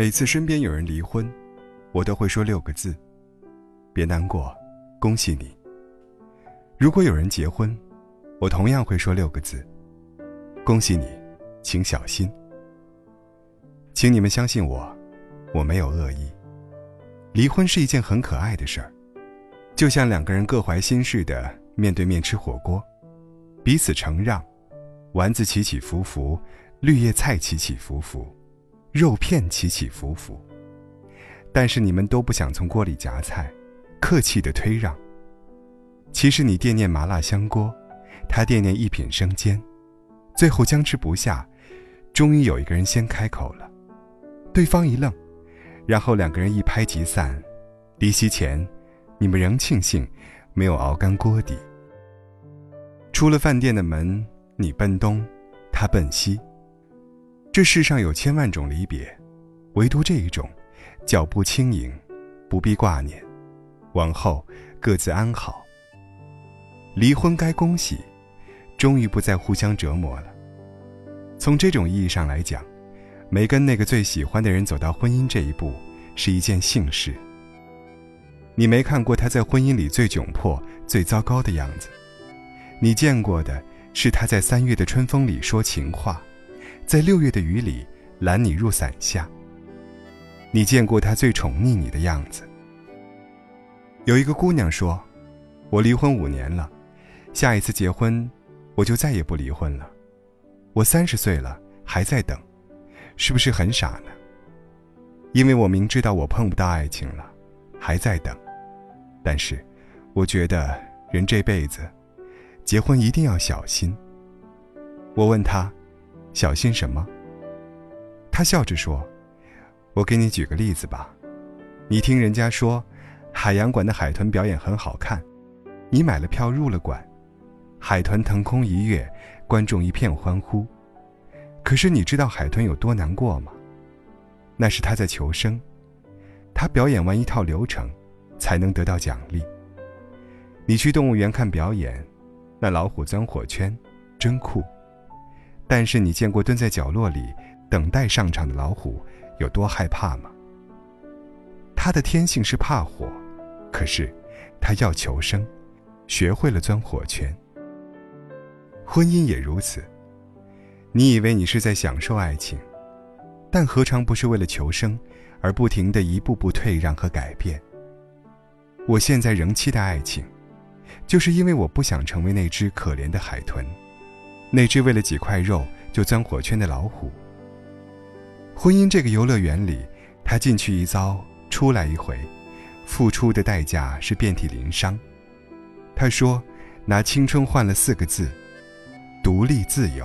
每次身边有人离婚，我都会说6个字：别难过，恭喜你。如果有人结婚，我同样会说6个字：恭喜你，请小心。请你们相信我，我没有恶意。离婚是一件很可爱的事儿，就像2个人各怀心事的面对面吃火锅，彼此承让，丸子起起伏伏，绿叶菜起起伏伏，肉片起起伏伏。但是你们都不想从锅里夹菜，客气地推让。其实你惦念麻辣香锅，他惦念一品生煎，最后僵持不下，终于有一个人先开口了。对方一愣，然后2个人一拍即散。离席前，你们仍庆幸没有熬干锅底。出了饭店的门，你奔东，他奔西。这世上有千万种离别，唯独这一种，脚步轻盈，不必挂念，往后各自安好。离婚该恭喜，终于不再互相折磨了。从这种意义上来讲，没跟那个最喜欢的人走到婚姻这一步，是一件幸事。你没看过他在婚姻里最窘迫、最糟糕的样子，你见过的是他在3月的春风里说情话，在6月的雨里揽你入伞下。你见过他最宠溺你的样子。有一个姑娘说，我离婚5年了，下一次结婚我就再也不离婚了。我30岁了还在等，是不是很傻呢？因为我明知道我碰不到爱情了，还在等。但是我觉得人这辈子结婚一定要小心。我问他，小心什么？他笑着说，我给你举个例子吧。你听人家说海洋馆的海豚表演很好看，你买了票入了馆，海豚腾空一跃，观众一片欢呼。可是你知道海豚有多难过吗？那是他在求生，他表演完一套流程才能得到奖励。你去动物园看表演，那老虎钻火圈真酷，但是你见过蹲在角落里等待上场的老虎有多害怕吗？他的天性是怕火，可是他要求生，学会了钻火圈。婚姻也如此，你以为你是在享受爱情，但何尝不是为了求生而不停地一步步退让和改变。我现在仍期待爱情，就是因为我不想成为那只可怜的海豚，那只为了几块肉就钻火圈的老虎。婚姻这个游乐园里，他进去一遭，出来一回，付出的代价是遍体鳞伤。他说，拿青春换了4个字：独立自由。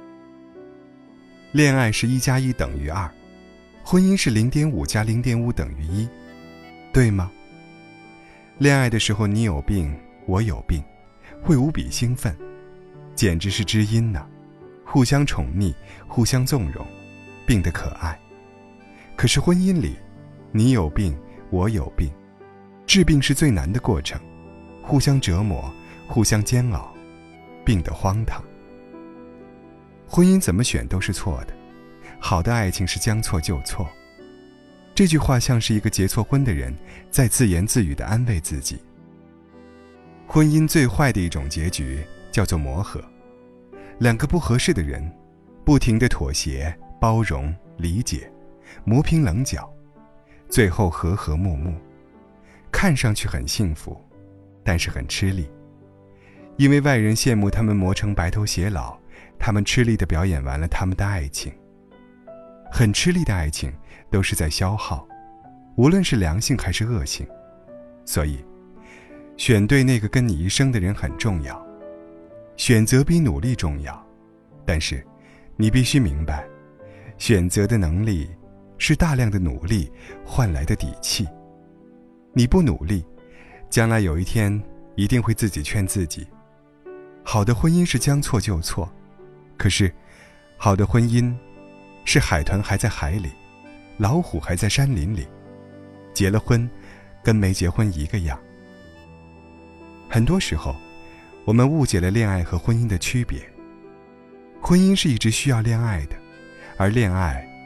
恋爱是1+1等于2，婚姻是0.5加0.5等于1，对吗？恋爱的时候你有病，我有病，会无比兴奋，简直是知音呢，互相宠溺，互相纵容，病得可爱。可是婚姻里，你有病，我有病，治病是最难的过程，互相折磨，互相煎熬，病得荒唐。婚姻怎么选都是错的，好的爱情是将错就错。这句话像是一个结错婚的人在自言自语地安慰自己。婚姻最坏的一种结局叫做磨合，2个不合适的人不停地妥协、包容、理解，磨平棱角，最后和和睦睦，看上去很幸福，但是很吃力。因为外人羡慕他们磨成白头偕老，他们吃力地表演完了他们的爱情。很吃力的爱情都是在消耗，无论是良性还是恶性。所以选对那个跟你一生的人很重要，选择比努力重要。但是你必须明白，选择的能力是大量的努力换来的底气。你不努力，将来有一天一定会自己劝自己。好的婚姻是将错就错，可是好的婚姻是海豚还在海里，老虎还在山林里，结了婚跟没结婚一个样。很多时候我们误解了恋爱和婚姻的区别。婚姻是一直需要恋爱的，而恋爱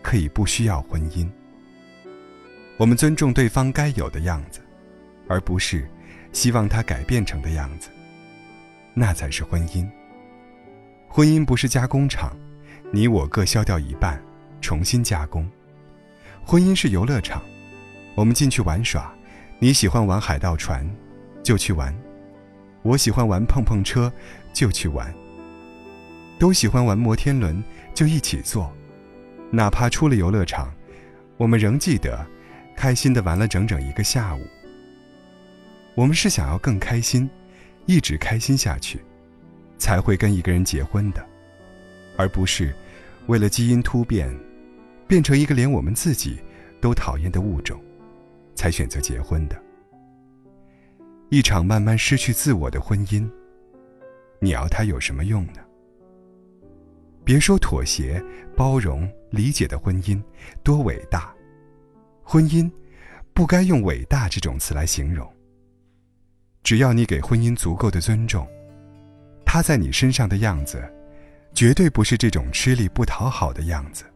可以不需要婚姻。我们尊重对方该有的样子，而不是希望他改变成的样子，那才是婚姻。婚姻不是加工厂，你我各削掉一半，重新加工。婚姻是游乐场，我们进去玩耍，你喜欢玩海盗船，就去玩；我喜欢玩碰碰车，就去玩。都喜欢玩摩天轮，就一起坐。哪怕出了游乐场，我们仍记得开心地玩了整整1个下午。我们是想要更开心，一直开心下去，才会跟一个人结婚的，而不是为了基因突变，变成一个连我们自己都讨厌的物种，才选择结婚的。一场慢慢失去自我的婚姻，你要它有什么用呢？别说妥协、包容、理解的婚姻多伟大，婚姻不该用伟大这种词来形容。只要你给婚姻足够的尊重，它在你身上的样子绝对不是这种吃力不讨好的样子。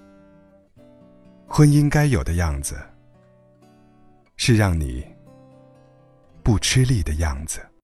婚姻该有的样子是让你不吃力的样子。